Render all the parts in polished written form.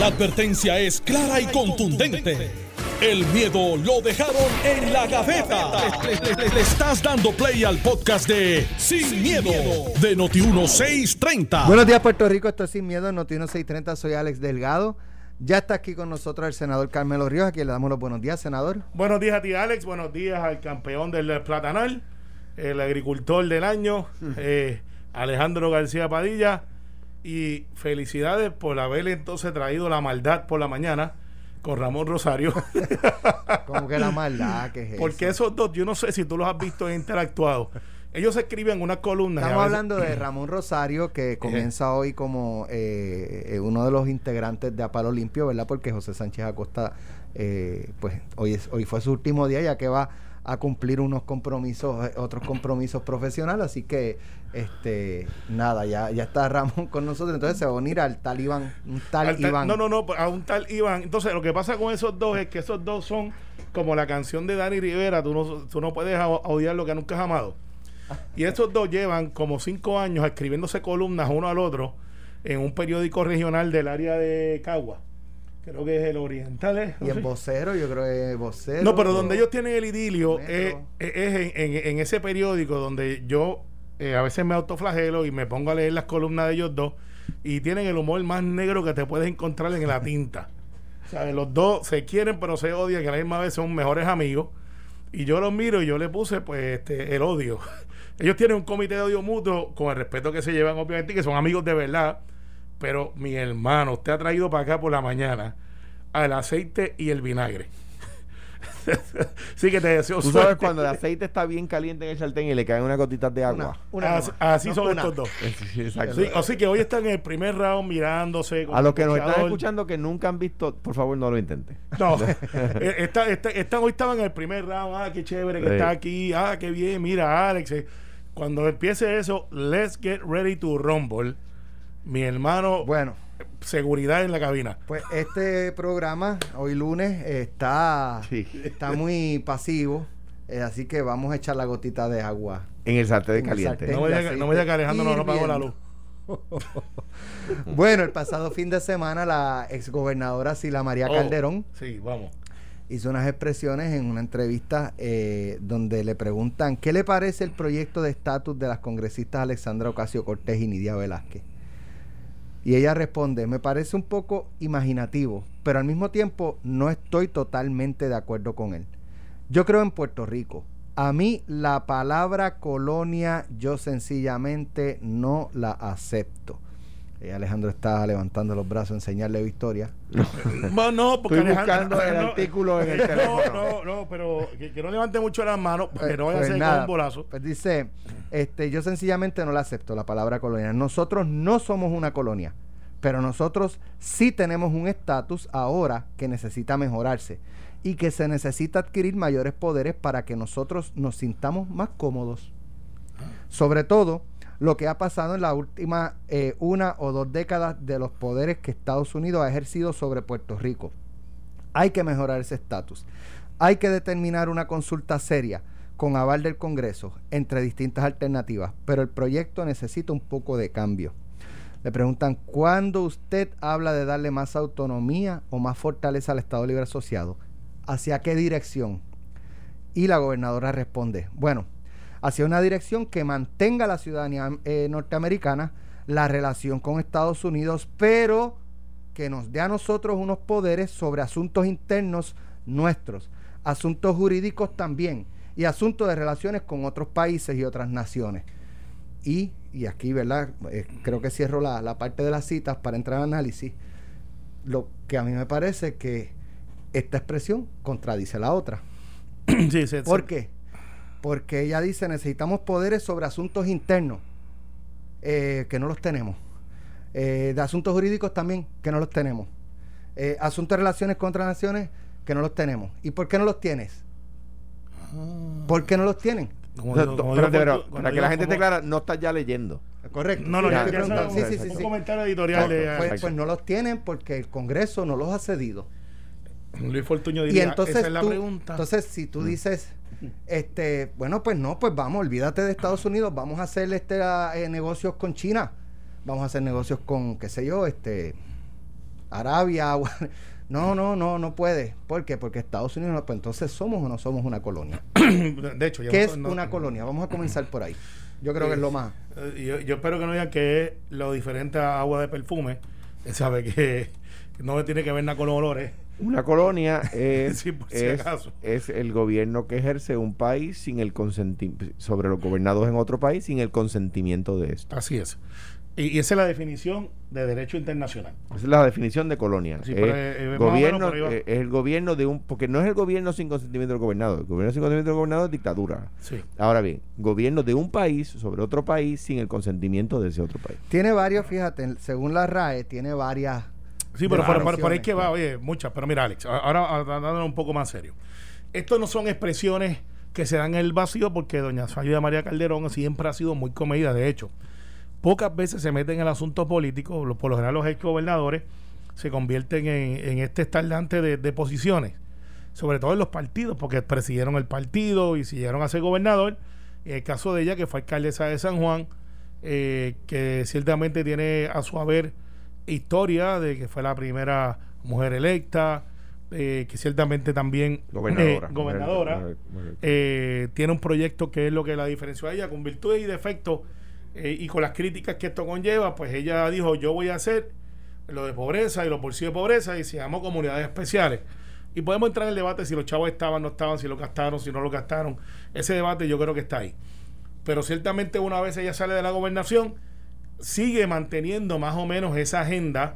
La advertencia es clara y contundente. El miedo lo dejaron en la gaveta. Le estás dando play al podcast de Sin Miedo de Noti1630. Buenos días, Puerto Rico. Esto es Sin Miedo en Noti1630. Soy Alex Delgado. Ya está aquí con nosotros el senador Carmelo Ríos, a quien le damos los buenos días, senador. Buenos días a ti, Alex. Buenos días al campeón del platanal, el agricultor del año, Alejandro García Padilla. Y felicidades por haber entonces traído la maldad por la mañana con Ramón Rosario. ¿Cómo que la maldad? ¿Qué es Porque eso? esos dos, yo no sé si tú los has visto e interactuado. Ellos escriben unas columnas. Estamos hablando de Ramón Rosario, que comienza hoy como uno de los integrantes de A Palo Limpio, ¿verdad? Porque José Sánchez Acosta, pues hoy fue su último día, ya que va a cumplir unos compromisos, otros compromisos profesionales, así que nada, ya está Ramón con nosotros, entonces se va a unir al tal Iván, Iván. No, a un tal Iván. Entonces lo que pasa con esos dos es que esos dos son como la canción de Dani Rivera, tú no puedes odiar lo que nunca has amado. Y estos dos llevan como 5 años escribiéndose columnas uno al otro en un periódico regional del área de Cagua. Creo que es el Oriental. Y en Vocero, yo creo que es Vocero. No, pero donde ellos tienen el idilio es en ese periódico donde yo a veces me autoflagelo y me pongo a leer las columnas de ellos dos, y tienen el humor más negro que te puedes encontrar en la tinta. O sea, los dos se quieren pero se odian, que a la misma vez son mejores amigos. Y yo los miro y yo le puse pues el odio. Ellos tienen un comité de odio mutuo con el respeto que se llevan, obviamente, que son amigos de verdad. Pero mi hermano, usted ha traído para acá por la mañana el aceite y el vinagre. Sí, que te deseo suerte. Tú sabes cuando el aceite está bien caliente en el sartén y le caen unas gotitas de agua. Así son estos dos. Sí, exacto. Sí, así que hoy están en el primer round mirándose. A los que nos están escuchando que nunca han visto, por favor no lo intenten. No, hoy estaban en el primer round. Qué chévere que está aquí. Qué bien, mira, Alex. Cuando empiece eso, let's get ready to rumble. Mi hermano, bueno, seguridad en la cabina. Pues este programa, hoy lunes, está muy pasivo, así que vamos a echar la gotita de agua en el sartén caliente. No me diga que Alejandro no pagó la luz. Bueno, el pasado fin de semana la exgobernadora Sila María Calderón hizo unas expresiones en una entrevista donde le preguntan ¿qué le parece el proyecto de estatus de las congresistas Alexandra Ocasio-Cortez y Nidia Velázquez? Y ella responde, me parece un poco imaginativo, pero al mismo tiempo no estoy totalmente de acuerdo con él. Yo creo en Puerto Rico. A mí la palabra colonia yo sencillamente no la acepto. Alejandro está levantando los brazos en señal de victoria. No, porque estoy buscando el artículo en el teléfono. No, pero que no levante mucho las manos, porque no vaya a ser con un bolazo. Pues dice, yo sencillamente no la acepto, la palabra colonia. Nosotros no somos una colonia, pero nosotros sí tenemos un estatus ahora que necesita mejorarse y que se necesita adquirir mayores poderes para que nosotros nos sintamos más cómodos. Sobre todo, lo que ha pasado en la última 1 o 2 décadas de los poderes que Estados Unidos ha ejercido sobre Puerto Rico. Hay que mejorar ese estatus. Hay que determinar una consulta seria con aval del Congreso entre distintas alternativas, pero el proyecto necesita un poco de cambio. Le preguntan, ¿cuándo usted habla de darle más autonomía o más fortaleza al Estado Libre Asociado? ¿Hacia qué dirección? Y la gobernadora responde, bueno, hacia una dirección que mantenga la ciudadanía norteamericana, la relación con Estados Unidos, pero que nos dé a nosotros unos poderes sobre asuntos internos nuestros, asuntos jurídicos también, y asuntos de relaciones con otros países y otras naciones. Y aquí, ¿verdad? Creo que cierro la parte de las citas para entrar al análisis. Lo que a mí me parece que esta expresión contradice la otra. Sí. ¿Por qué? Porque ella dice necesitamos poderes sobre asuntos internos que no los tenemos, de asuntos jurídicos también que no los tenemos, asuntos de relaciones con otras naciones que no los tenemos. ¿Y por qué no los tienes? ¿Por qué no los tienen? Pero para que la gente esté clara, no estás ya leyendo. Correcto. Sí. Un comentario editorial pues no los tienen porque el Congreso no los ha cedido. Luis Fortuño diría, y entonces esa es la pregunta. Entonces, si tú dices, bueno, pues no, pues vamos, olvídate de Estados Unidos, vamos a hacer negocios con China, vamos a hacer negocios con, qué sé yo, Arabia, no puede. ¿Por qué? Porque Estados Unidos no, pues entonces ¿somos o no somos una colonia? De hecho, ¿Qué es una colonia? Vamos a comenzar por ahí. Yo creo que es lo más. Yo espero que no digan que es lo diferente a agua de perfume. Sabe que no tiene que ver nada con los olores. Una colonia es, Sí, por si acaso. es el gobierno que ejerce un país sin el sobre los gobernados en otro país sin el consentimiento de esto. Así es. Y esa es la definición de derecho internacional. Esa es la definición de colonia. Sí, Gobierno, es el gobierno de un... Porque no es el gobierno sin consentimiento del gobernado. El gobierno sin consentimiento del gobernado es dictadura. Sí. Ahora bien, gobierno de un país sobre otro país sin el consentimiento de ese otro país. Tiene varios, fíjate, según la RAE, tiene varias... Sí, pero por ahí que va, oye, muchas. Pero mira, Alex, ahora dándole un poco más serio. Estos no son expresiones que se dan en el vacío porque doña Sálida María Calderón siempre ha sido muy comedida. De hecho, pocas veces se meten en el asunto político. Por lo general los exgobernadores se convierten en este estandarte de posiciones, sobre todo en los partidos, porque presidieron el partido y si llegaron a ser gobernador. En el caso de ella, que fue alcaldesa de San Juan, que ciertamente tiene a su haber historia de que fue la primera mujer electa, que ciertamente también gobernadora, tiene un proyecto que es lo que la diferenció a ella, con virtudes y defectos, y con las críticas que esto conlleva. Pues ella dijo: yo voy a hacer lo de pobreza y los bolsillos de pobreza y se llamó comunidades especiales. Y podemos entrar en el debate si los chavos estaban, no estaban, si lo gastaron, si no lo gastaron. Ese debate yo creo que está ahí. Pero ciertamente una vez ella sale de la gobernación, sigue manteniendo más o menos esa agenda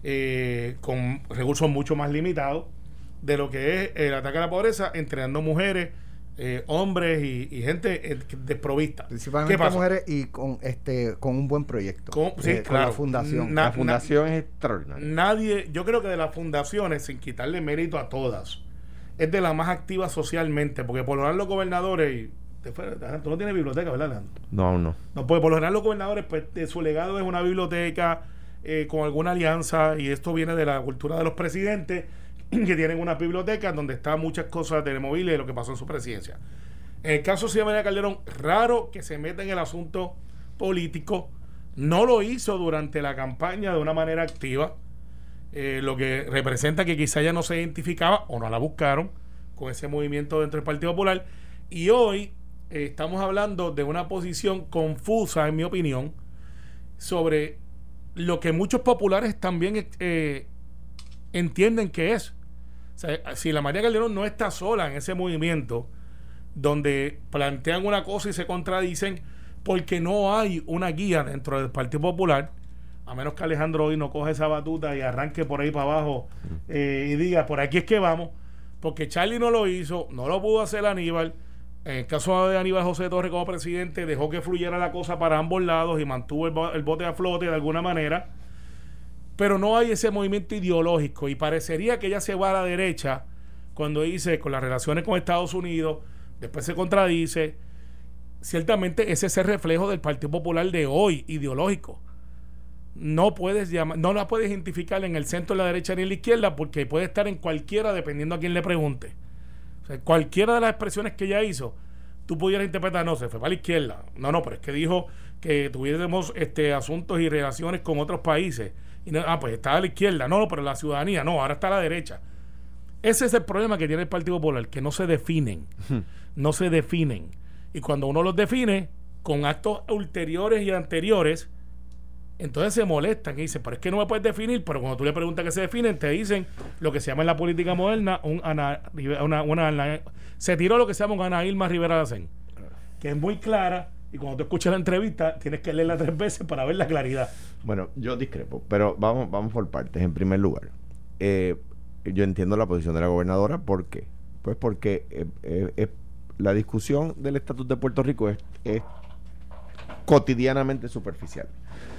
con recursos mucho más limitados de lo que es el ataque a la pobreza, entrenando mujeres, hombres y gente desprovista. Principalmente mujeres y con un buen proyecto. Con la fundación. La fundación es extraordinaria. Yo creo que de las fundaciones, sin quitarle mérito a todas, es de la más activa socialmente, porque por lo general los gobernadores tú no tienes biblioteca, ¿verdad, Alejandro? No. No, pues por lo general los gobernadores, pues su legado es una biblioteca con alguna alianza, y esto viene de la cultura de los presidentes, que tienen unas bibliotecas donde están muchas cosas de móviles de lo que pasó en su presidencia. En el caso de Sálida María Calderón, raro que se meta en el asunto político. No lo hizo durante la campaña de una manera activa, lo que representa que quizá ella no se identificaba o no la buscaron con ese movimiento dentro del Partido Popular. Y hoy estamos hablando de una posición confusa, en mi opinión, sobre lo que muchos populares también entienden que es. O sea, si la María Calderón no está sola en ese movimiento donde plantean una cosa y se contradicen, porque no hay una guía dentro del Partido Popular, a menos que Alejandro hoy no coge esa batuta y arranque por ahí para abajo y diga: por aquí es que vamos, porque Charlie no lo hizo, no lo pudo hacer Aníbal. En el caso de Aníbal José Torres como presidente, dejó que fluyera la cosa para ambos lados y mantuvo el bote a flote de alguna manera, pero no hay ese movimiento ideológico, y parecería que ella se va a la derecha cuando dice con las relaciones con Estados Unidos, después se contradice. Ciertamente ese es el reflejo del Partido Popular de hoy, ideológico. No la puedes identificar en el centro, de la derecha ni en la izquierda, porque puede estar en cualquiera dependiendo a quién le pregunte. O sea, cualquiera de las expresiones que ella hizo, tú pudieras interpretar: no, se fue para la izquierda. No, pero es que dijo que tuviésemos asuntos y relaciones con otros países. Y no, pues estaba a la izquierda. No, pero la ciudadanía, no, ahora está a la derecha. Ese es el problema que tiene el Partido Popular, que no se definen. No se definen. Y cuando uno los define con actos ulteriores y anteriores, entonces se molestan y dicen: pero es que no me puedes definir. Pero cuando tú le preguntas qué se definen, te dicen lo que se llama en la política moderna se tiró lo que se llama un Ana Irma Rivera Lacén, que es muy clara, y cuando tú escuchas la entrevista tienes que leerla 3 veces para ver la claridad. Bueno, yo discrepo, pero vamos por partes. En primer lugar, yo entiendo la posición de la gobernadora. ¿Por qué? Pues porque la discusión del estatus de Puerto Rico es cotidianamente superficial.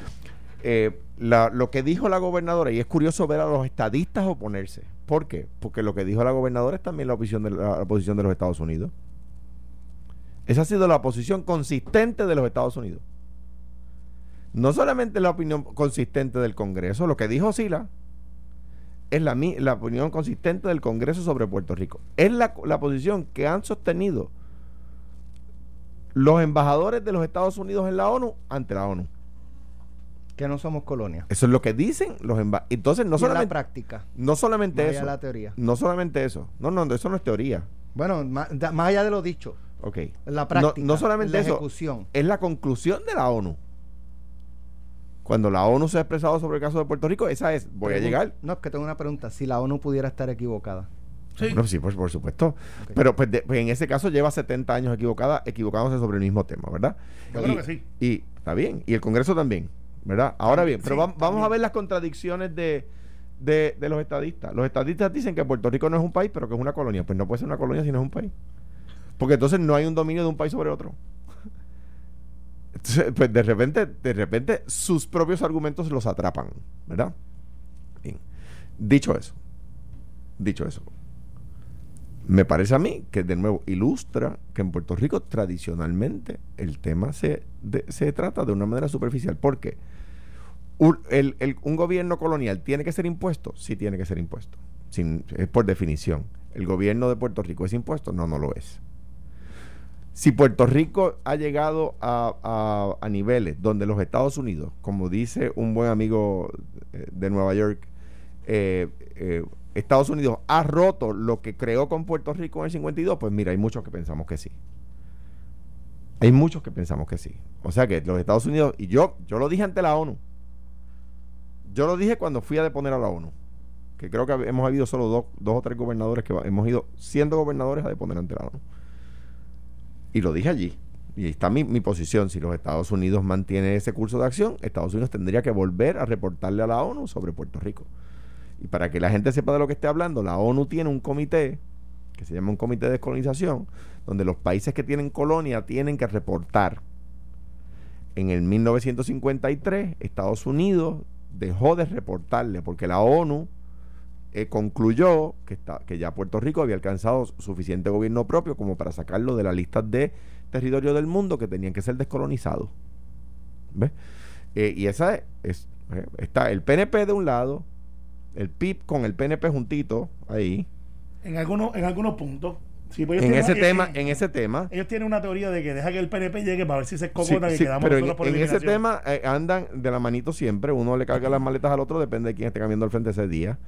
Lo que dijo la gobernadora, y es curioso ver a los estadistas oponerse. ¿Por qué? Porque lo que dijo la gobernadora es también la posición de los Estados Unidos. Esa ha sido la posición consistente de los Estados Unidos. No solamente la opinión consistente del Congreso. Lo que dijo Sila es la opinión consistente del Congreso sobre Puerto Rico. Es la posición que han sostenido los embajadores de los Estados Unidos en la ONU ante la ONU. Que no somos colonia. Eso es lo que dicen los embajadores. Entonces, no solamente la práctica. No solamente más eso. allá de la teoría. No solamente eso. No, eso no es teoría. Bueno, más allá de lo dicho. Ok. La práctica. No solamente la eso. ejecución. Es la conclusión de la ONU. Cuando la ONU se ha expresado sobre el caso de Puerto Rico, esa es, voy a llegar. No, es que tengo una pregunta. Si la ONU pudiera estar equivocada. Sí, Bueno, sí, pues, por supuesto. Okay. Pero pues, en ese caso lleva 70 años equivocándose sobre el mismo tema, ¿verdad? Yo creo que sí. Y está bien. Y el Congreso también, ¿verdad? Ahora bien, pero Sí, vamos a ver las contradicciones de los estadistas. Los estadistas dicen que Puerto Rico no es un país, pero que es una colonia. Pues no puede ser una colonia si no es un país. Porque entonces no hay un dominio de un país sobre otro. Entonces, pues de repente sus propios argumentos los atrapan, ¿verdad? Bien. Dicho eso, me parece a mí que de nuevo ilustra que en Puerto Rico tradicionalmente el tema se trata de una manera superficial. ¿Por qué? Un gobierno colonial tiene que ser impuesto. Sí tiene que ser impuesto. Es por definición. ¿El gobierno de Puerto Rico es impuesto? No lo es. Si Puerto Rico ha llegado a niveles donde los Estados Unidos, como dice un buen amigo de Nueva York, Estados Unidos ha roto lo que creó con Puerto Rico en el 52, pues mira, hay muchos que pensamos que sí. O sea que los Estados Unidos, y yo lo dije ante la ONU. Yo lo dije cuando fui a deponer a la ONU, que creo que hemos habido solo dos o tres gobernadores que hemos ido siendo gobernadores a deponer ante la ONU. Y lo dije allí. Y ahí está mi posición. Si los Estados Unidos mantienen ese curso de acción, Estados Unidos tendría que volver a reportarle a la ONU sobre Puerto Rico. Y para que la gente sepa de lo que esté hablando, la ONU tiene un comité que se llama un comité de descolonización, donde los países que tienen colonia tienen que reportar. En el 1953, Estados Unidos dejó de reportarle porque la ONU concluyó que ya Puerto Rico había alcanzado suficiente gobierno propio como para sacarlo de la lista de territorios del mundo que tenían que ser descolonizados. ¿Ves? Y esa está el PNP de un lado, el PIB con el PNP juntito ahí. En algunos puntos. Sí, pues en ese tema. Ellos tienen una teoría de que deja que el PNP llegue para ver si se escogota sí, quedamos pero nosotros por en ese eliminación. tema andan de la manito siempre. Uno le carga las maletas al otro, depende de quién esté cambiando al frente ese día.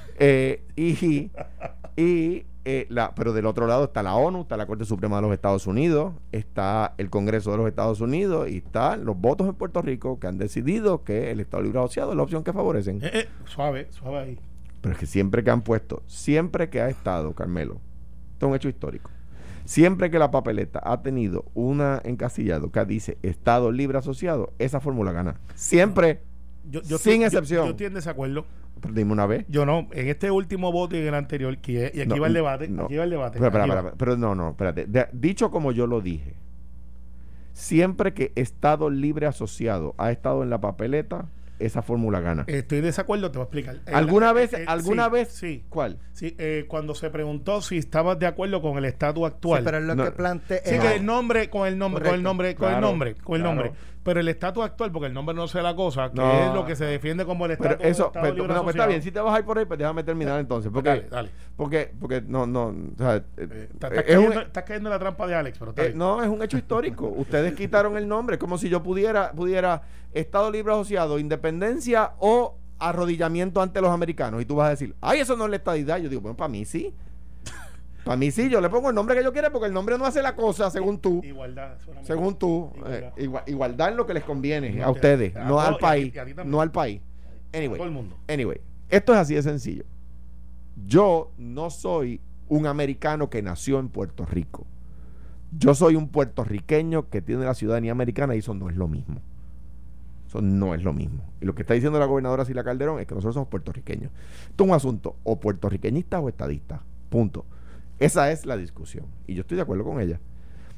Pero del otro lado está la ONU, está la Corte Suprema de los Estados Unidos, está el Congreso de los Estados Unidos y están los votos en Puerto Rico que han decidido que el Estado Libre Asociado es la opción que favorecen. Suave ahí. Pero es que siempre que ha estado, Carmelo, esto es un hecho histórico, siempre que la papeleta ha tenido una encasillado que dice Estado Libre Asociado, esa fórmula gana. Siempre, sin excepción. Yo estoy en desacuerdo. Pero dime una vez. Yo no, en este último voto y en el anterior, y aquí va el debate. No. Aquí va el debate. Pero espérate. Dicho como yo lo dije, siempre que Estado Libre Asociado ha estado en la papeleta, esa fórmula gana. Estoy de desacuerdo, te voy a explicar. ¿Alguna vez? Sí. ¿Cuál? Sí, cuando se preguntó si estabas de acuerdo con el estatus actual. Sí, pero es lo que plantea. Sí, que el nombre, con el nombre. Pero el estatus actual, porque el nombre no sé la cosa, que es lo que se defiende como el estatus. Pero eso, Estado Libre pues está bien, si te vas a ir por ahí, pues déjame terminar entonces. Porque, dale. Porque no, o sea, estás cayendo en la trampa de Alex, pero está bien. No, es un hecho histórico. Ustedes quitaron el nombre, como si yo pudiera Estado Libre Asociado, independencia o arrodillamiento ante los americanos. Y tú vas a decir, ay, eso no es la estadidad. Yo digo, bueno, para mí sí. Para mí sí, yo le pongo el nombre que yo quiera porque el nombre no hace la cosa según tú. Igualdad. Según tú. Igualdad en lo que les conviene a a ustedes, no al país. y a ti también. No al país. A todo el mundo. Anyway, esto es así de sencillo. Yo no soy un americano que nació en Puerto Rico. Yo soy un puertorriqueño que tiene la ciudadanía americana y eso no es lo mismo. Eso no es lo mismo. Y lo que está diciendo la gobernadora Sila Calderón es que nosotros somos puertorriqueños. Esto es un asunto o puertorriqueñista o estadista. Punto. Esa es la discusión. Y yo estoy de acuerdo con ella.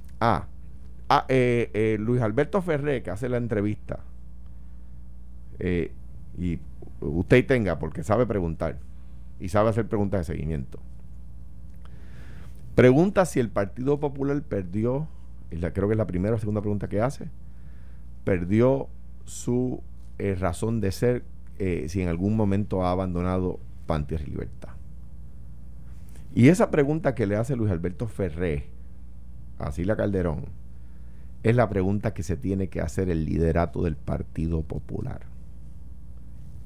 Luis Alberto Ferré, que hace la entrevista, y usted tenga, porque sabe preguntar y sabe hacer preguntas de seguimiento. Pregunta si el Partido Popular perdió, creo que es la primera o segunda pregunta que hace, perdió su razón de ser, si en algún momento ha abandonado PAN, Tierra y Libertad. Y esa pregunta que le hace Luis Alberto Ferré a Sila Calderón es la pregunta que se tiene que hacer el liderato del Partido Popular.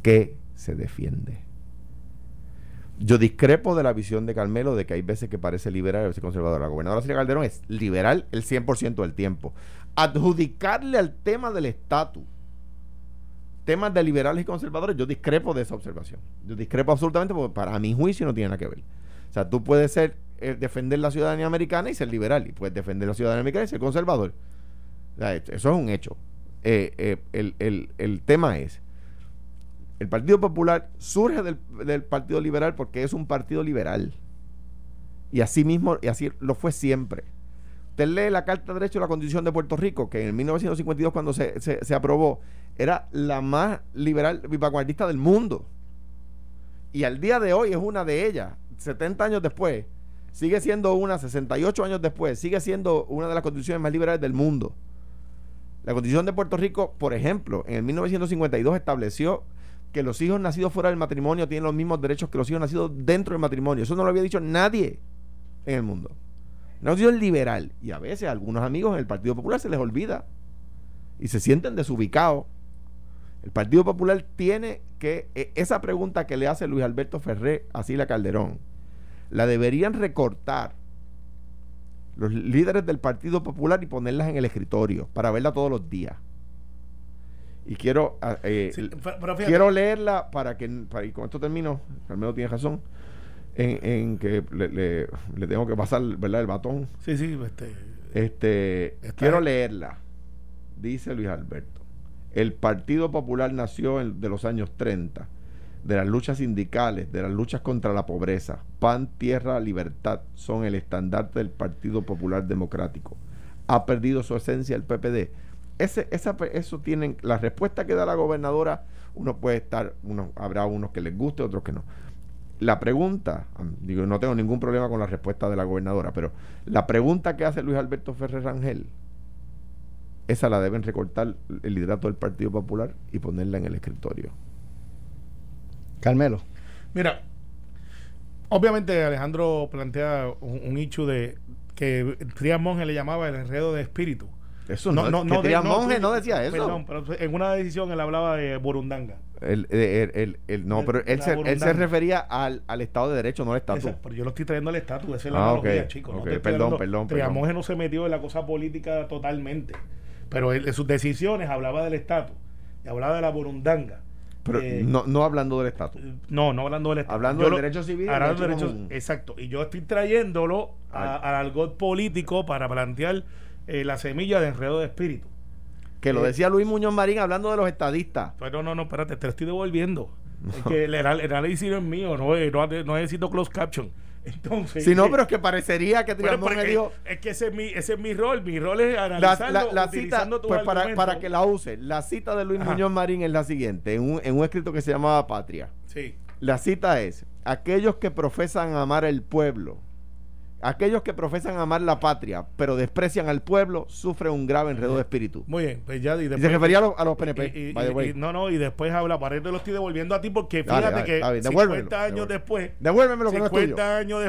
qué se defiende? Yo discrepo de la visión de Carmelo de que hay veces que parece liberal y a veces conservador. La gobernadora Silvia Calderón es liberal el 100% del tiempo. Adjudicarle al tema del estatus temas de liberales y conservadores, yo discrepo de esa observación. Yo discrepo absolutamente porque para mi juicio no tiene nada que ver. O sea, tú puedes defender la ciudadanía americana y ser liberal, y puedes defender la ciudadanía americana y ser conservador. O sea, eso es un hecho. El tema es, el Partido Popular surge del Partido Liberal porque es un partido liberal. Y así mismo, y así lo fue siempre. Usted lee la Carta de Derechos de la Constitución de Puerto Rico, que en 1952 cuando se aprobó, era la más liberal y vanguardista del mundo. Y al día de hoy es una de ellas, 70 años después, sigue siendo 68 años después, sigue siendo una de las constituciones más liberales del mundo. La Constitución de Puerto Rico, por ejemplo, en el 1952 estableció que los hijos nacidos fuera del matrimonio tienen los mismos derechos que los hijos nacidos dentro del matrimonio. Eso no lo había dicho nadie en el mundo. Una constitución liberal. Y a veces a algunos amigos en el Partido Popular se les olvida y se sienten desubicados. El Partido Popular tiene que, esa pregunta que le hace Luis Alberto Ferré a Silvia Calderón, la deberían recortar los líderes del Partido Popular y ponerlas en el escritorio para verla todos los días. Y quiero quiero leerla y con esto termino. Carmelo tiene razón en que le tengo que pasar, ¿verdad?, el batón. Sí, quiero leerla. Dice Luis Alberto: el Partido Popular nació de los años 30, de las luchas sindicales, de las luchas contra la pobreza. Pan, tierra, libertad son el estandarte del Partido Popular Democrático. Ha perdido su esencia el PPD. Eso tienen la respuesta que da la gobernadora. Habrá unos que les guste, otros que no. La pregunta, digo, no tengo ningún problema con la respuesta de la gobernadora, pero la pregunta que hace Luis Alberto Ferrer Rangel, esa la deben recortar el liderato del Partido Popular y ponerla en el escritorio. Carmelo. Mira, obviamente Alejandro plantea un hecho de que Trías Monge le llamaba el enredo de espíritu. Eso no Trías Monge no decía eso. Perdón, pero en una decisión él hablaba de burundanga. Pero él se refería al Estado de Derecho, no al estatus. Pero yo lo estoy trayendo al estatus, esa es la analogía, chicos. Okay, perdón. Trías Monge no se metió en la cosa política totalmente, pero él, en sus decisiones hablaba del estatus y hablaba de la burundanga. Pero no hablando del estatus. No hablando del estatus. Hablando del derecho civil. Exacto. Y yo estoy trayéndolo al argot político para plantear la semilla de enredo de espíritu. Que lo decía Luis Muñoz Marín hablando de los estadistas. Pero no, espérate, te lo estoy devolviendo. Es que el análisis no es mío, no necesito closed caption. Entonces, sí, no, pero es que parecería que Trías Monge dijo. Es que ese es mi rol. Mi rol es analizarlo la utilizando cita, pues para que la use. La cita de Luis Muñoz Marín es la siguiente, en un escrito que se llamaba Patria. Sí. La cita es: aquellos que profesan amar el pueblo, aquellos que profesan amar la patria, pero desprecian al pueblo, sufren un grave enredo de espíritu. Muy bien, pues ya. Y se refería a los PNP. Y después habla, para eso te lo estoy devolviendo a ti, porque fíjate que 50 años después. Devuélvemelo, que no es tuyo. 50 años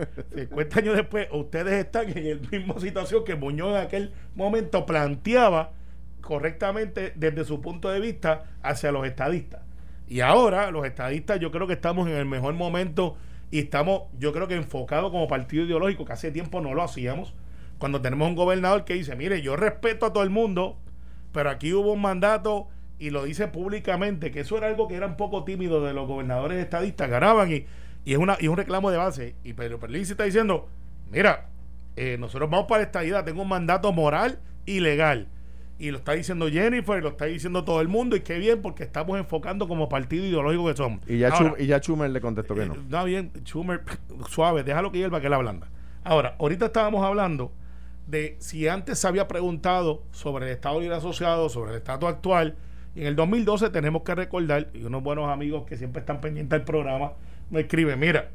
después, ustedes están en la misma situación que Muñoz en aquel momento planteaba correctamente desde su punto de vista hacia los estadistas. Y ahora, los estadistas, yo creo que estamos en el mejor momento. Y estamos, yo creo que enfocados como partido ideológico, que hace tiempo no lo hacíamos, cuando tenemos un gobernador que dice: mire, yo respeto a todo el mundo, pero aquí hubo un mandato, y lo dice públicamente, que eso era algo que era un poco tímido de los gobernadores estadistas, ganaban, y es un reclamo de base. Y Pedro Pierluisi está diciendo: mira, nosotros vamos para la estadidad, tengo un mandato moral y legal. Y lo está diciendo Jennifer, y lo está diciendo todo el mundo, y qué bien, porque estamos enfocando como partido ideológico que somos. Y ya Schumer le contestó que no. Está bien, Schumer, suave, déjalo que hierva, que la blanda. Ahora, ahorita estábamos hablando de si antes se había preguntado sobre el Estado Libre Asociado, sobre el estatus actual, y en el 2012 tenemos que recordar, y unos buenos amigos que siempre están pendientes del programa me escriben: mira,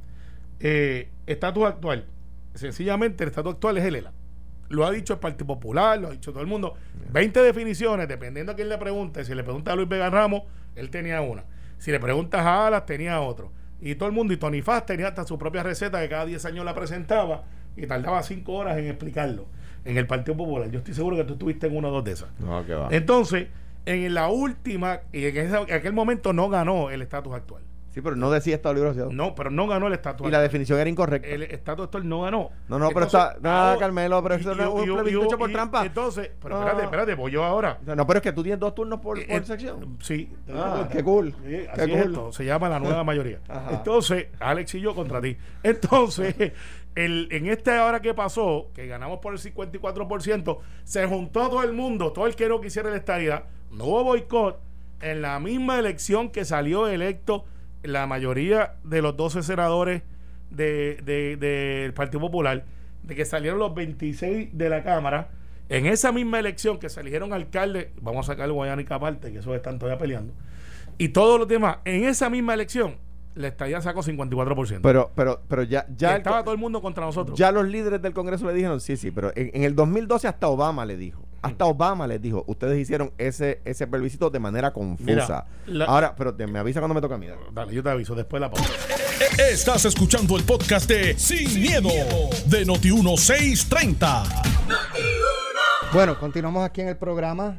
estatus actual, sencillamente el estatus actual es el ELA. Lo ha dicho el Partido Popular, lo ha dicho todo el mundo. 20 definiciones, dependiendo a quién le pregunte. Si le pregunta a Luis Vega Ramos, él tenía una. Si le preguntas a Alas, tenía otro. Y todo el mundo, y Tony Faz tenía hasta su propia receta que cada 10 años la presentaba y tardaba 5 horas en explicarlo en el Partido Popular. Yo estoy seguro que tú estuviste en una o dos de esas. No, que va. Entonces, En la última, y en aquel momento no ganó el estatus actual. Sí, pero no decía Estado Libre Asociado. No, pero no ganó el estatus. Y la definición era incorrecta. El estatus actual no ganó. No, pero está. No, Carmelo, pero eso no es un plebiscito hecho por trampa. Entonces, pero espérate, voy yo ahora. No, pero es que tú tienes 2 turnos por sección. Sí. Qué cool. Sí, así es esto, se llama la nueva mayoría. Ajá. Entonces, Alex y yo contra ti. Entonces, en ahora que pasó, que ganamos por el 54%, se juntó todo el mundo, todo el que no quisiera la estadidad, no hubo boicot. En la misma elección que salió electo la mayoría de los 12 senadores del Partido Popular, de que salieron los 26 de la Cámara, en esa misma elección que se eligieron alcaldes, vamos a sacar el Guayánica aparte, que esos están todavía peleando, y todos los demás, en esa misma elección, la estadía sacó 54%. Pero ya estaba todo el mundo contra nosotros. Ya los líderes del Congreso le dijeron, sí, pero en el 2012 hasta Obama les dijo, ustedes hicieron ese plebiscito de manera confusa. Mira, ahora, pero me avisa cuando me toca a mí. Dale, yo te aviso después de la pausa. Estás escuchando el podcast de Sin Miedo de Noti1630. Bueno, continuamos aquí en el programa.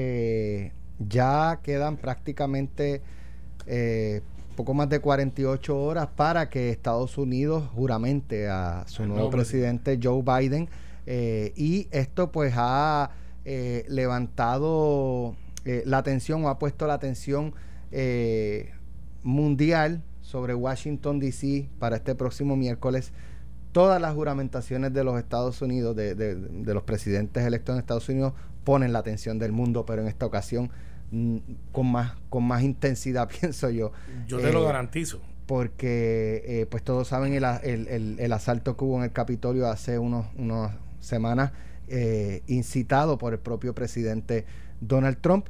Ya quedan prácticamente poco más de 48 horas para que Estados Unidos juramente a su nuevo presidente Joe Biden. Y esto pues ha levantado la atención o ha puesto la atención mundial sobre Washington D.C. para este próximo miércoles. Todas las juramentaciones de los Estados Unidos, de los presidentes electos en Estados Unidos, ponen la atención del mundo, pero en esta ocasión con más intensidad, pienso yo. Yo te lo garantizo. Porque pues todos saben el asalto que hubo en el Capitolio hace unas semanas, incitado por el propio presidente Donald Trump.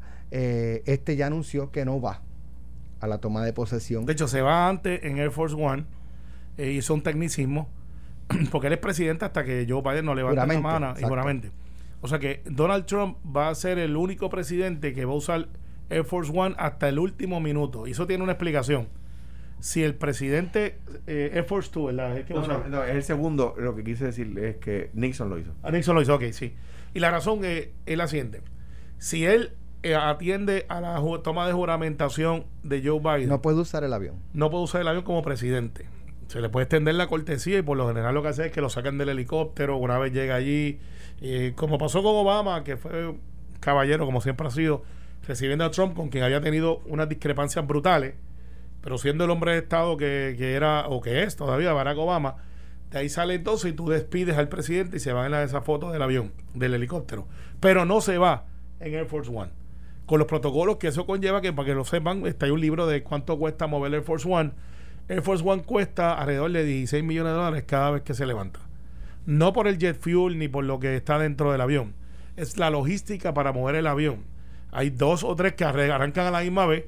Ya anunció que no va a la toma de posesión. De hecho, se va antes en Air Force One, hizo un tecnicismo, porque él es presidente hasta que Joe Biden no levante la mano y juramente. O sea que Donald Trump va a ser el único presidente que va a usar Air Force One hasta el último minuto. Y eso tiene una explicación. Si el presidente Air Force Two, ¿verdad? Es el segundo. Lo que quise decir es que Nixon lo hizo. Nixon lo hizo, ok, sí. Y la razón es la siguiente. Si él atiende a la toma de juramentación de Joe Biden, no puede usar el avión. No puede usar el avión como presidente. Se le puede extender la cortesía y por lo general lo que hace es que lo sacan del helicóptero una vez llega allí, como pasó con Obama, que fue caballero como siempre ha sido, recibiendo a Trump, con quien había tenido unas discrepancias brutales, pero siendo el hombre de Estado que era o que es todavía Barack Obama. De ahí sale entonces y tú despides al presidente y se va en esa foto del avión, del helicóptero, pero no se va en Air Force One, con los protocolos que eso conlleva, que para que lo sepan, hay un libro de cuánto cuesta mover Air Force One. Air Force One cuesta alrededor de $16 millones cada vez que se levanta. No por el jet fuel ni por lo que está dentro del avión. Es la logística para mover el avión. Hay 2 o 3 que arrancan a la misma vez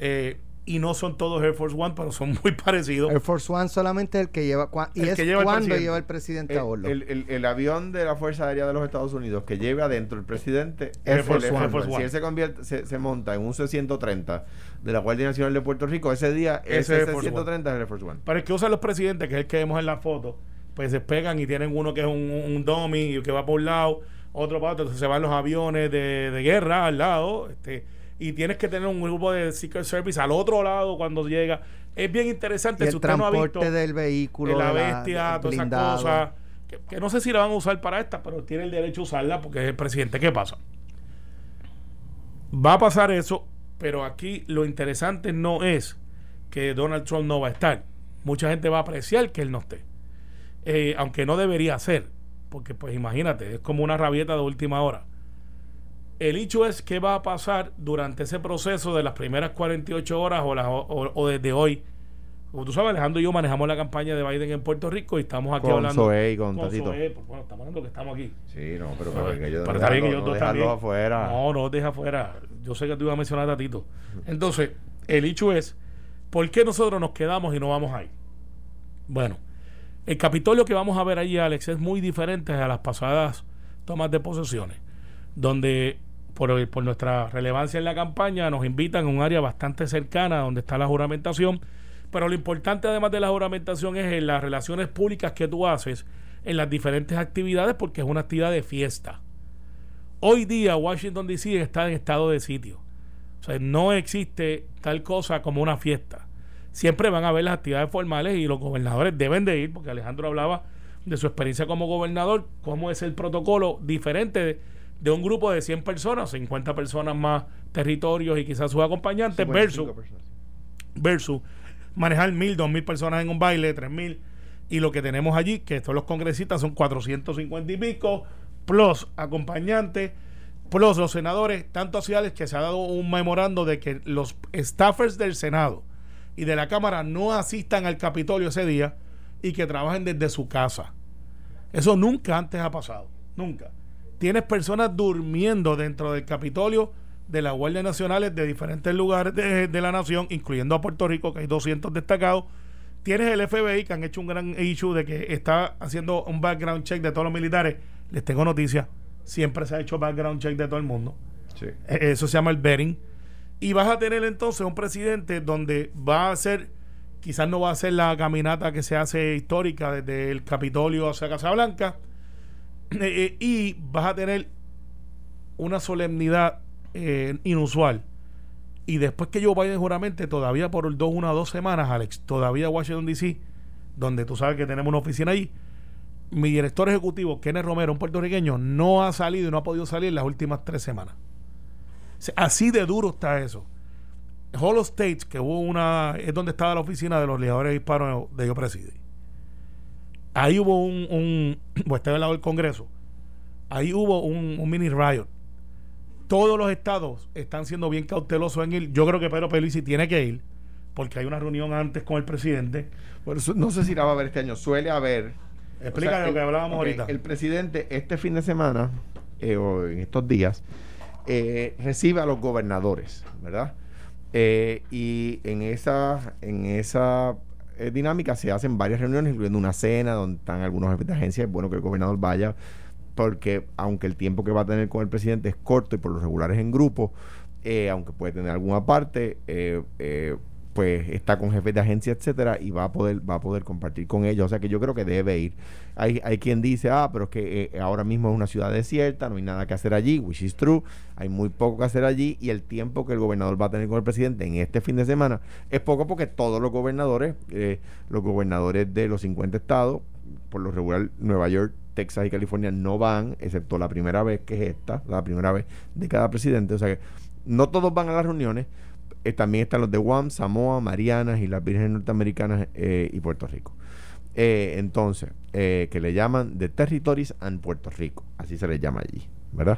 y no son todos Air Force One, pero son muy parecidos. Air Force One solamente es el que lleva cuando lleva el presidente a bordo. El avión de la Fuerza Aérea de los Estados Unidos que lleve adentro el presidente Air Force One. Si él se monta en un C-130 de la Guardia Nacional de Puerto Rico, ese día ese C-130 es el Air Force One. Para el que usan los presidentes, que es el que vemos en la foto, pues se pegan y tienen uno que es un dummy que va por un lado, otro para otro, entonces se van los aviones de guerra al lado, y tienes que tener un grupo de Secret Service al otro lado cuando llega. Es bien interesante. Y si usted no ha visto del vehículo, la bestia, todas esas cosas, que no sé si la van a usar para esta, pero tiene el derecho a usarla porque es el presidente. ¿Qué pasa? Va a pasar eso, pero aquí lo interesante no es que Donald Trump no va a estar. Mucha gente va a apreciar que él no esté, aunque no debería ser, porque pues imagínate, es como una rabieta de última hora. El hecho es qué va a pasar durante ese proceso de las primeras 48 horas o desde hoy. Como tú sabes, Alejandro y yo manejamos la campaña de Biden en Puerto Rico y estamos aquí hablando con Tatito. Pues, bueno, estamos hablando que estamos aquí. Sí, no, pero está bien que yo no dejarlos afuera. No deja afuera. Yo sé que tú ibas a mencionar a Tatito. Entonces, el hecho es, ¿por qué nosotros nos quedamos y no vamos ahí? Bueno, el Capitolio que vamos a ver allí, Alex, es muy diferente a las pasadas tomas de posesiones, donde por nuestra relevancia en la campaña nos invitan a un área bastante cercana donde está la juramentación, pero lo importante además de la juramentación es en las relaciones públicas que tú haces en las diferentes actividades, porque es una actividad de fiesta. Hoy día Washington D.C. está en estado de sitio. O sea, no existe tal cosa como una fiesta. Siempre van a haber las actividades formales y los gobernadores deben de ir, porque Alejandro hablaba de su experiencia como gobernador, cómo es el protocolo diferente de un grupo de 100 personas, 50 personas más territorios y quizás sus acompañantes, versus manejar 1,000, 2,000 personas en un baile, 3,000, y lo que tenemos allí, que estos los congresistas son 450 y pico, plus acompañantes, plus los senadores, tanto así que se ha dado un memorando de que los staffers del Senado y de la Cámara no asistan al Capitolio ese día y que trabajen desde su casa. Eso nunca antes ha pasado, nunca. Tienes personas durmiendo dentro del Capitolio de las Guardias Nacionales de diferentes lugares de la nación, incluyendo a Puerto Rico, que hay 200 destacados. Tienes el FBI, que han hecho un gran issue de que está haciendo un background check de todos los militares. Les tengo noticias, siempre se ha hecho background check de todo el mundo. Sí. Eso se llama el vetting. Y vas a tener entonces un presidente donde va a hacer, quizás no va a ser la caminata que se hace histórica desde el Capitolio hacia Casablanca, y vas a tener una solemnidad inusual. Y después que Joe Biden juramente, todavía por 1 o 2 semanas, Alex, todavía Washington DC, donde tú sabes que tenemos una oficina allí, mi director ejecutivo, Kenneth Romero, un puertorriqueño, no ha salido y no ha podido salir en las últimas 3 semanas. Así de duro está eso. Hall of States, que hubo es donde estaba la oficina de los legisladores hispanos de Yo Presidí. Ahí hubo pues estaba al lado del Congreso. Ahí hubo un mini riot. Todos los estados están siendo bien cautelosos en ir. Yo creo que Pedro Pierluisi tiene que ir, porque hay una reunión antes con el presidente. Por eso, no sé si la va a haber este año. Suele haber. Explica lo que hablábamos ahorita. El presidente este fin de semana, o en estos días, recibe a los gobernadores, ¿verdad? Y en esa dinámica se hacen varias reuniones, incluyendo una cena donde están algunos jefes de agencia. Es bueno que el gobernador vaya, porque aunque el tiempo que va a tener con el presidente es corto y por lo regular es en grupo, aunque puede tener alguna parte, pues está con jefes de agencia, etcétera, y va a poder compartir con ellos. O sea que yo creo que debe ir. Hay quien dice, pero es que ahora mismo es una ciudad desierta, no hay nada que hacer allí, which is true, hay muy poco que hacer allí, y el tiempo que el gobernador va a tener con el presidente en este fin de semana es poco, porque todos los gobernadores de los 50 estados, por lo regular Nueva York, Texas y California, no van, excepto la primera vez, que es la primera vez de cada presidente. O sea que no todos van a las reuniones. También están los de Guam, Samoa, Marianas y las Vírgenes Norteamericanas y Puerto Rico. Entonces, que le llaman The Territories and Puerto Rico, así se les llama allí, ¿verdad?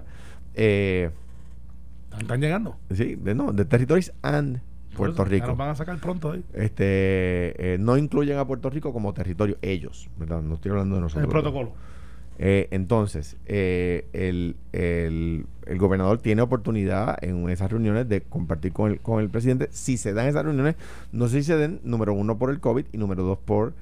¿Están llegando? Sí, The Territories and Puerto Rico. Nos van a sacar pronto ahí. No incluyen a Puerto Rico como territorio ellos, ¿verdad? No estoy hablando de nosotros. El protocolo. Entonces, el gobernador tiene oportunidad en esas reuniones de compartir con el presidente. Si se dan esas reuniones, no sé si se den, número 1, por el COVID, y número 2, por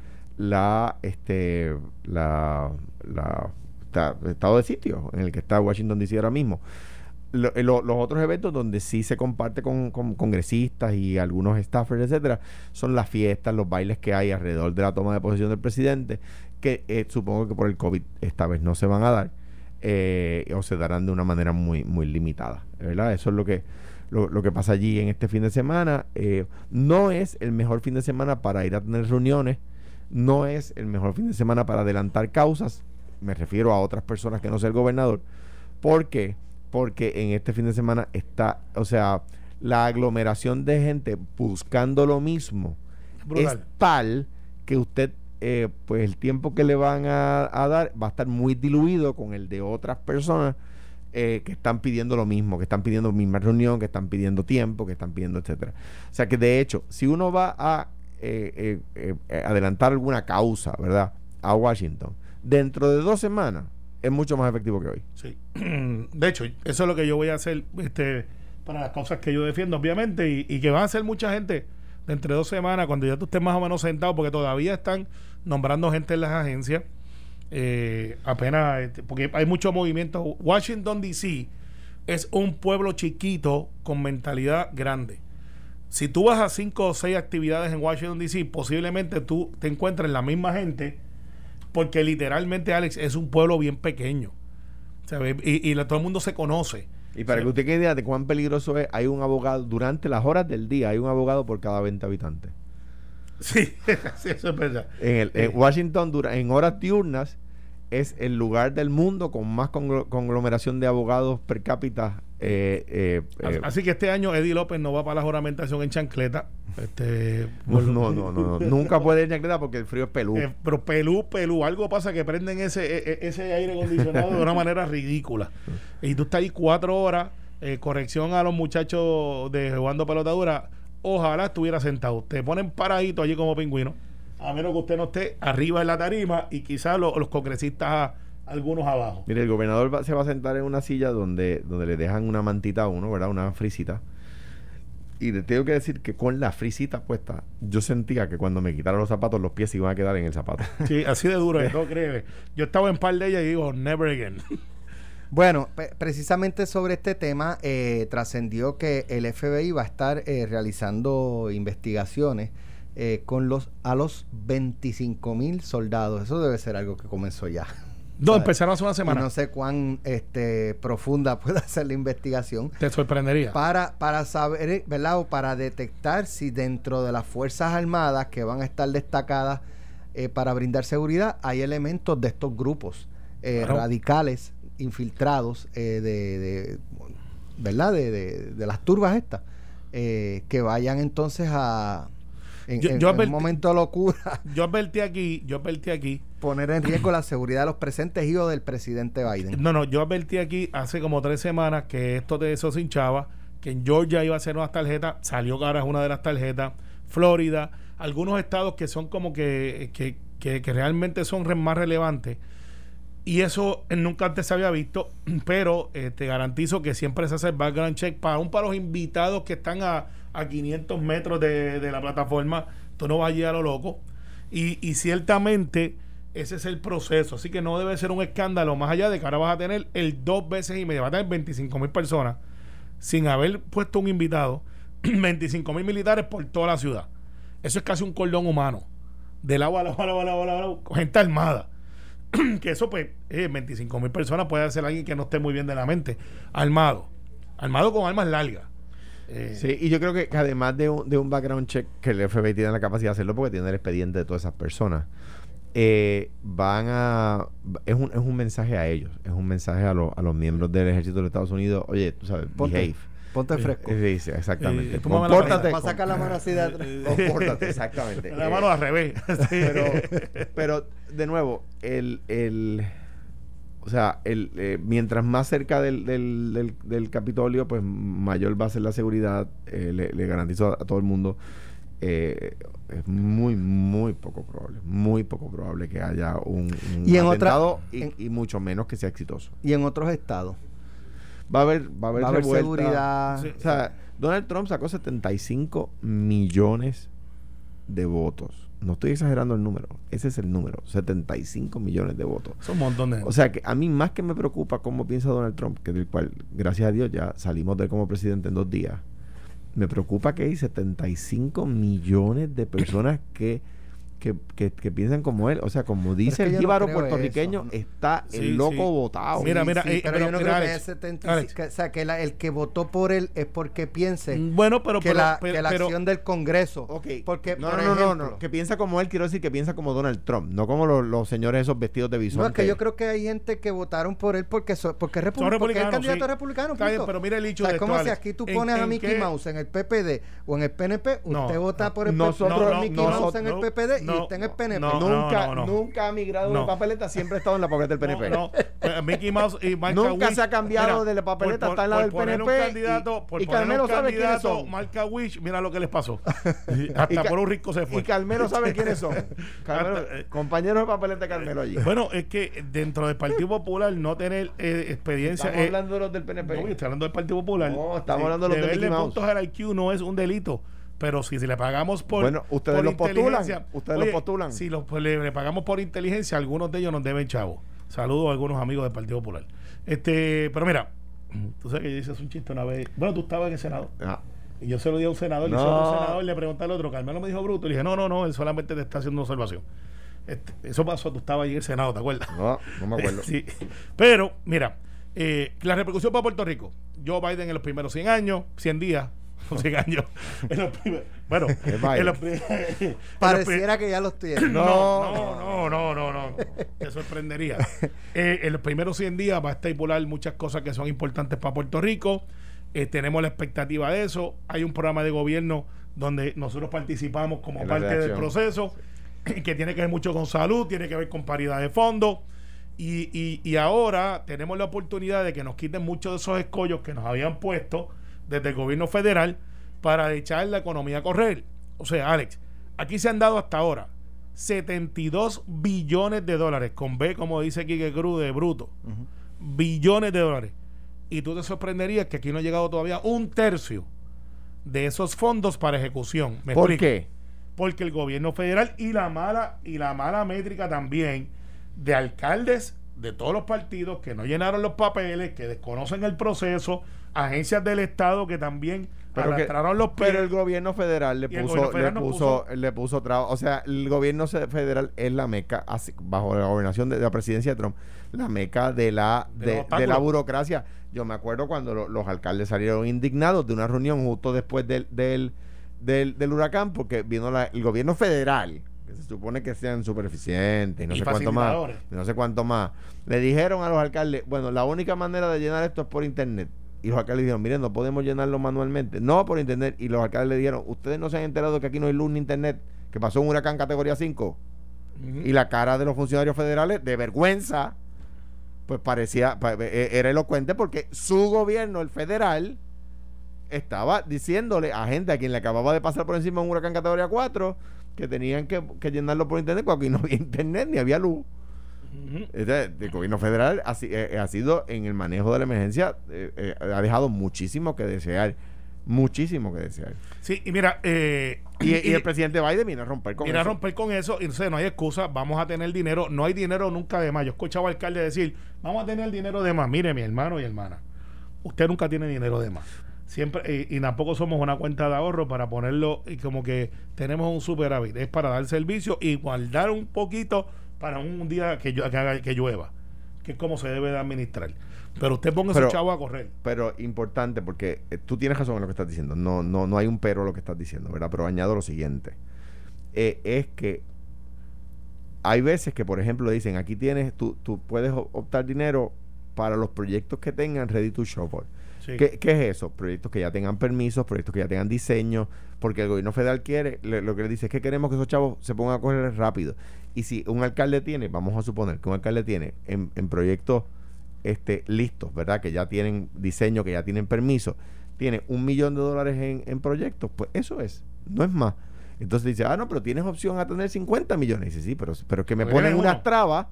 estado de sitio en el que está Washington DC ahora mismo. Los otros eventos donde sí se comparte con congresistas y algunos staffers, etcétera, son las fiestas, los bailes que hay alrededor de la toma de posesión del presidente, que supongo que por el COVID esta vez no se van a dar, o se darán de una manera muy, muy limitada, ¿verdad? Eso es lo que pasa allí en este fin de semana. No es el mejor fin de semana para ir a tener reuniones, no es el mejor fin de semana para adelantar causas, me refiero a otras personas que no sea el gobernador. ¿Por qué? Porque en este fin de semana está, o sea, la aglomeración de gente buscando lo mismo es tal que usted, pues el tiempo que le van a dar va a estar muy diluido con el de otras personas que están pidiendo lo mismo, que están pidiendo misma reunión, que están pidiendo tiempo, que están pidiendo, etcétera. O sea que de hecho, si uno va a adelantar alguna causa, ¿verdad?, a Washington, dentro de 2 semanas es mucho más efectivo que hoy. Sí. De hecho, eso es lo que yo voy a hacer para las causas que yo defiendo, obviamente, y que van a ser mucha gente de entre 2 semanas, cuando ya tú estés más o menos sentado, porque todavía están nombrando gente en las agencias, apenas, porque hay mucho movimiento. Washington DC es un pueblo chiquito con mentalidad grande. Si tú vas a 5 o 6 actividades en Washington DC, posiblemente tú te encuentres la misma gente, porque literalmente, Alex, es un pueblo bien pequeño, ¿sabes? Y todo el mundo se conoce. Y para que usted quede idea de cuán peligroso es, hay un abogado, durante las horas del día, hay un abogado por cada 20 habitantes. Sí, sí, eso es verdad. En Washington, en horas diurnas, es el lugar del mundo con más conglomeración de abogados per cápita. Así que este año Eddie López no va para la juramentación en chancleta. No. Nunca puede ir en chancleta porque el frío es pelú. Pero pelú. Algo pasa que prenden ese aire acondicionado de una manera ridícula. Y tú estás ahí 4 horas, corrección a los muchachos de jugando pelotadura. Ojalá estuviera sentado. Te ponen paradito allí como pingüino, a menos que usted no esté arriba en la tarima y quizás los congresistas algunos abajo. Mire, el gobernador se va a sentar en una silla donde le dejan una mantita a uno, ¿verdad? Una frisita. Y te tengo que decir que con la frisita puesta, yo sentía que cuando me quitaron los zapatos, los pies se iban a quedar en el zapato. Sí, así de duro, no crees. Yo estaba en par de ellas y digo, never again. Bueno, precisamente sobre este tema trascendió que el FBI va a estar realizando investigaciones a los 25,000 soldados. Eso debe ser algo que comenzó ya. No, empezaron hace una semana. Y no sé cuán profunda puede ser la investigación. Te sorprendería. Para saber, ¿verdad? O para detectar si dentro de las Fuerzas Armadas que van a estar destacadas para brindar seguridad hay elementos de estos grupos radicales infiltrados ¿verdad? De las turbas estas que vayan entonces a en un momento de locura yo advertí aquí poner en riesgo la seguridad de los presentes y o del presidente Biden. Yo advertí aquí hace como 3 semanas que esto de eso se hinchaba, que en Georgia iba a ser unas tarjetas, salió que ahora es una de las tarjetas, Florida, algunos estados que son como que realmente son más relevantes. Y eso nunca antes se había visto, pero te garantizo que siempre se hace el background check para los invitados que están a 500 metros de la plataforma. Tú no vas allí a lo loco. Y ciertamente ese es el proceso. Así que no debe ser un escándalo, más allá de que ahora vas a tener el 2 veces y media, vas a tener 25,000 personas sin haber puesto un invitado, 25,000 militares por toda la ciudad. Eso es casi un cordón humano, de lado a lado, gente armada. Que eso pues 25,000 personas puede ser alguien que no esté muy bien de la mente, armado con armas largas. Sí, y yo creo que además de un background check que el FBI tiene la capacidad de hacerlo porque tiene el expediente de todas esas personas, es un mensaje a ellos, es un mensaje a los miembros del ejército de los Estados Unidos. Oye, tú sabes, Ponte fresco. Sí, exactamente. Compórtate. Va a sacar la mano así de atrás. Compórtate, exactamente. La mano al revés. Pero de nuevo, mientras más cerca del Capitolio, pues mayor va a ser la seguridad. Le garantizo a todo el mundo. Es muy, muy poco probable que haya un atentado y mucho menos que sea exitoso. Y en otros estados va a haber seguridad. Sí. O sea, Donald Trump sacó 75 millones de votos. No estoy exagerando el número. Ese es el número. 75 millones de votos. Es un montón de... O sea, que a mí más que me preocupa cómo piensa Donald Trump, que del cual, gracias a Dios, ya salimos de él como presidente en 2 días. Me preocupa que hay 75 millones de personas que piensan como él. O sea, como dice el jíbaro puertorriqueño, está el loco votado. Mira, pero yo no creo que es 75, o sea, que el que votó por él es porque piense que la acción del Congreso. Okay. Porque, no. Que piensa como él, quiero decir que piensa como Donald Trump, no como los señores esos vestidos de bisonte. No, es que yo creo que hay gente que votaron por él porque es el candidato republicano. Pero mira el hecho de como si aquí tú pones a Mickey Mouse en el PPD o en el PNP, usted vota por el Mickey Mouse en el PPD y está en el PNP. Nunca ha migrado de papeleta, siempre ha estado en la papeleta del PNP. Mickey Mouse y Marca nunca Wish, se ha cambiado de la papeleta, está en la del PNP. Y Carmelo sabe quiénes son. Marca Wish, mira lo que les pasó. Hasta por un rico se fue. Y Carmelo sabe quiénes son. Compañeros de papeleta de Carmelo allí. Bueno, es que dentro del Partido Popular no tener experiencia. Estamos hablando de los del PNP. No, estoy hablando del Partido Popular. No, estamos hablando de los de Mickey Mouse. Puntos al IQ no es un delito. Pero si le pagamos por... Bueno, ustedes lo postulan. Si le pagamos por inteligencia, algunos de ellos nos deben chavos. Saludos a algunos amigos del Partido Popular. Pero mira, tú sabes que yo hice un chiste una vez. Bueno, tú estabas en el Senado. Y yo se lo di a un senador. Le pregunté al otro, Carmelo me dijo bruto. Le dije, no, él solamente te está haciendo una observación. Eso pasó, tú estabas ahí en el Senado, ¿te acuerdas? No me acuerdo. Sí. Pero, mira, La repercusión para Puerto Rico. Joe Biden en los primeros 100 años, 100 días, 100 años. Bueno, pareciera que ya los tiene. No. Te sorprendería. En los primeros 100 días va a estipular muchas cosas que son importantes para Puerto Rico. Tenemos la expectativa de eso. Hay un programa de gobierno donde nosotros participamos como parte del proceso, que tiene que ver mucho con salud, tiene que ver con paridad de fondos. Y ahora tenemos la oportunidad de que nos quiten muchos de esos escollos que nos habían puesto desde el gobierno federal para echar la economía a correr. O sea, Alex, aquí se han dado hasta ahora 72 billones de dólares, con B, como dice Quique Cruz, de bruto. Billones de dólares. Y tú te sorprenderías que aquí no ha llegado todavía un tercio de esos fondos para ejecución. ¿Por qué? Porque el gobierno federal y la mala métrica también de alcaldes de todos los partidos que no llenaron los papeles, que desconocen el proceso, agencias del Estado que también arrastraron los pies. Pero el gobierno federal le puso trabas. O sea, el gobierno federal es la meca, bajo la gobernación de la presidencia de Trump, la meca de la burocracia. Yo me acuerdo cuando los alcaldes salieron indignados de una reunión justo después del huracán, porque vino el gobierno federal, que se supone que sean súper eficientes y no sé cuánto más. Le dijeron a los alcaldes, bueno, la única manera de llenar esto es por internet. Y los alcaldes dijeron, miren, no podemos llenarlo manualmente. No, por internet. Y los alcaldes le dijeron, ustedes no se han enterado que aquí no hay luz ni internet, que pasó un huracán categoría 5. Y la cara de los funcionarios federales, de vergüenza, pues era elocuente, porque su gobierno, el federal, estaba diciéndole a gente a quien le acababa de pasar por encima un huracán categoría 4 que tenían que llenarlo por internet, porque aquí no había internet ni había luz. El gobierno federal ha sido, en el manejo de la emergencia, ha dejado muchísimo que desear. Sí, y mira, y el presidente Biden viene a romper con eso. Y no hay excusa, vamos a tener dinero. No hay dinero nunca de más. Yo escuchaba al alcalde decir, vamos a tener dinero de más. Mire, mi hermano y hermana, usted nunca tiene dinero de más. Siempre, y tampoco somos una cuenta de ahorro para ponerlo y como que tenemos un superávit. Es para dar servicio y guardar un poquito para un día que llueva, que es como se debe de administrar. Pero usted ponga ese chavo a correr. Pero importante, porque tú tienes razón en lo que estás diciendo. No hay un pero a lo que estás diciendo, ¿verdad? Pero añado lo siguiente. Es que hay veces que, por ejemplo, dicen, aquí tienes, tú puedes optar dinero para los proyectos que tengan ready to show for. Sí. ¿Qué es eso? Proyectos que ya tengan permisos, proyectos que ya tengan diseño, porque el gobierno federal quiere, lo que le dice es que queremos que esos chavos se pongan a correr rápido. Y si un alcalde tiene, vamos a suponer que un alcalde tiene en proyectos listos, ¿verdad? Que ya tienen diseño, que ya tienen permiso, tiene $1 millón en proyectos, pues eso es, no es más. Entonces dice, no, pero tienes opción a tener 50 millones. Y dice, sí, pero es que me ponen unas trabas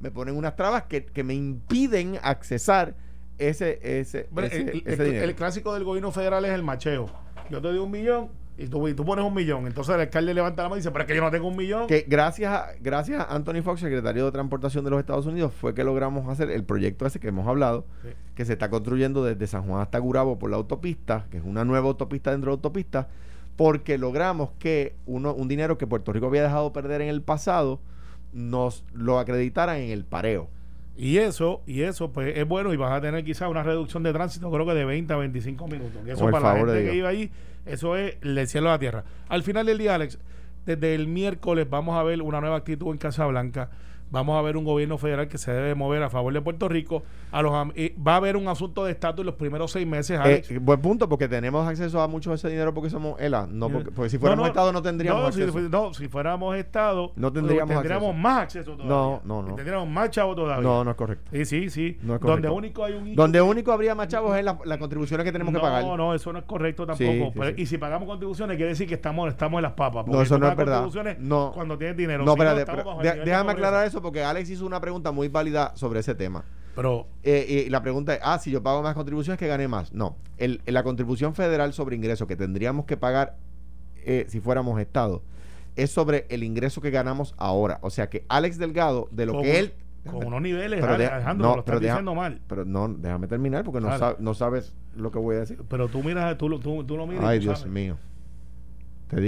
que me impiden accesar ese dinero. El clásico del gobierno federal es el macheo. Yo te doy $1 millón y tú pones $1 millón. Entonces el alcalde levanta la mano y dice, pero es que yo no tengo $1 millón. Que gracias a Anthony Fox, secretario de Transportación de los Estados Unidos, fue que logramos hacer el proyecto ese que hemos hablado, que se está construyendo desde San Juan hasta Gurabo por la autopista, que es una nueva autopista dentro de la autopista, porque logramos que un dinero que Puerto Rico había dejado perder en el pasado nos lo acreditaran en el pareo. Y eso pues es bueno, y vas a tener quizás una reducción de tránsito, creo que de 20 a 25 minutos. Que eso para la gente que iba ahí, eso es el cielo a la tierra. Al final del día, Alex, desde el miércoles vamos a ver una nueva actitud en Casablanca. Vamos a ver un gobierno federal que se debe mover a favor de Puerto Rico. Va a haber un asunto de estatus en los primeros 6 meses, Alex. Buen punto, porque tenemos acceso a mucho de ese dinero porque somos ELA. Porque si fuéramos Estado no tendríamos acceso. Si fuéramos Estado no tendríamos más acceso todavía. No. Tendríamos más chavos todavía. No es correcto. Sí. No es donde único hay un... Donde único habría más chavos es las contribuciones que tenemos que pagar. No, eso no es correcto tampoco. Sí. Y si pagamos contribuciones quiere decir que estamos en las papas. No, eso no es verdad. No. Cuando tienes dinero. No, espérate, déjame aclarar eso, porque Alex hizo una pregunta muy válida sobre ese tema. Pero y la pregunta es, si yo pago más contribuciones, que gane más. No, la contribución federal sobre ingresos que tendríamos que pagar si fuéramos Estado es sobre el ingreso que ganamos ahora. O sea que Alex Delgado, de lo que él... Con unos niveles, Alejandro, lo estás diciendo mal. Pero déjame terminar, porque no sabes lo que voy a decir. Pero tú lo miras. Ay, Dios mío. Te digo,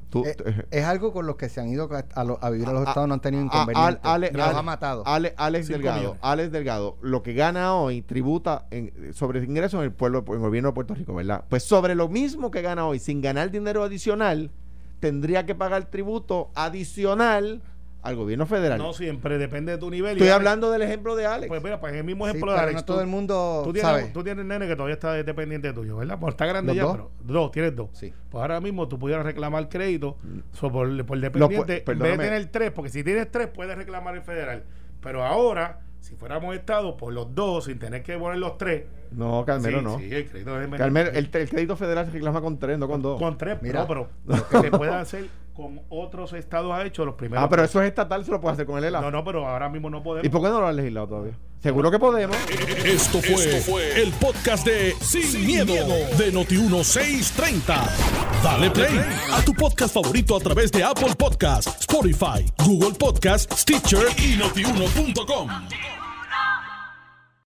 Es algo con los que se han ido a vivir a los estados, no han tenido inconvenientes. Los ha matado. Alex Delgado, lo que gana hoy tributa sobre ingresos en el gobierno de Puerto Rico, ¿verdad? Pues sobre lo mismo que gana hoy, sin ganar dinero adicional, tendría que pagar tributo adicional al gobierno federal. No siempre, depende de tu nivel. Estoy hablando del ejemplo de Alex. Pues mira, pues el mismo ejemplo de Alex. No todo el mundo tú tienes nene que todavía está dependiente tuyo, ¿verdad? Pues está grande ya, pero tienes dos. Sí. Pues ahora mismo tú pudieras reclamar crédito por dependiente. En vez de tener 3, porque si tienes 3 puedes reclamar el federal. Pero ahora, si fuéramos Estado, por los 2, sin tener que poner los 3. No, Carmelo, no. Sí, el crédito es Carmelo, el crédito federal se reclama con 3, no con 2. Con 3, mira, pero lo que se puede hacer con otros estados ha hecho los primeros. Pero eso es estatal, se lo puede hacer con el ELA. No, pero ahora mismo no podemos. ¿Y por qué no lo han legislado todavía? Seguro que podemos. Esto fue el podcast de Sin miedo de Noti1630. Dale play a tu podcast favorito a través de Apple Podcasts, Spotify, Google Podcasts, Stitcher y Notiuno.com.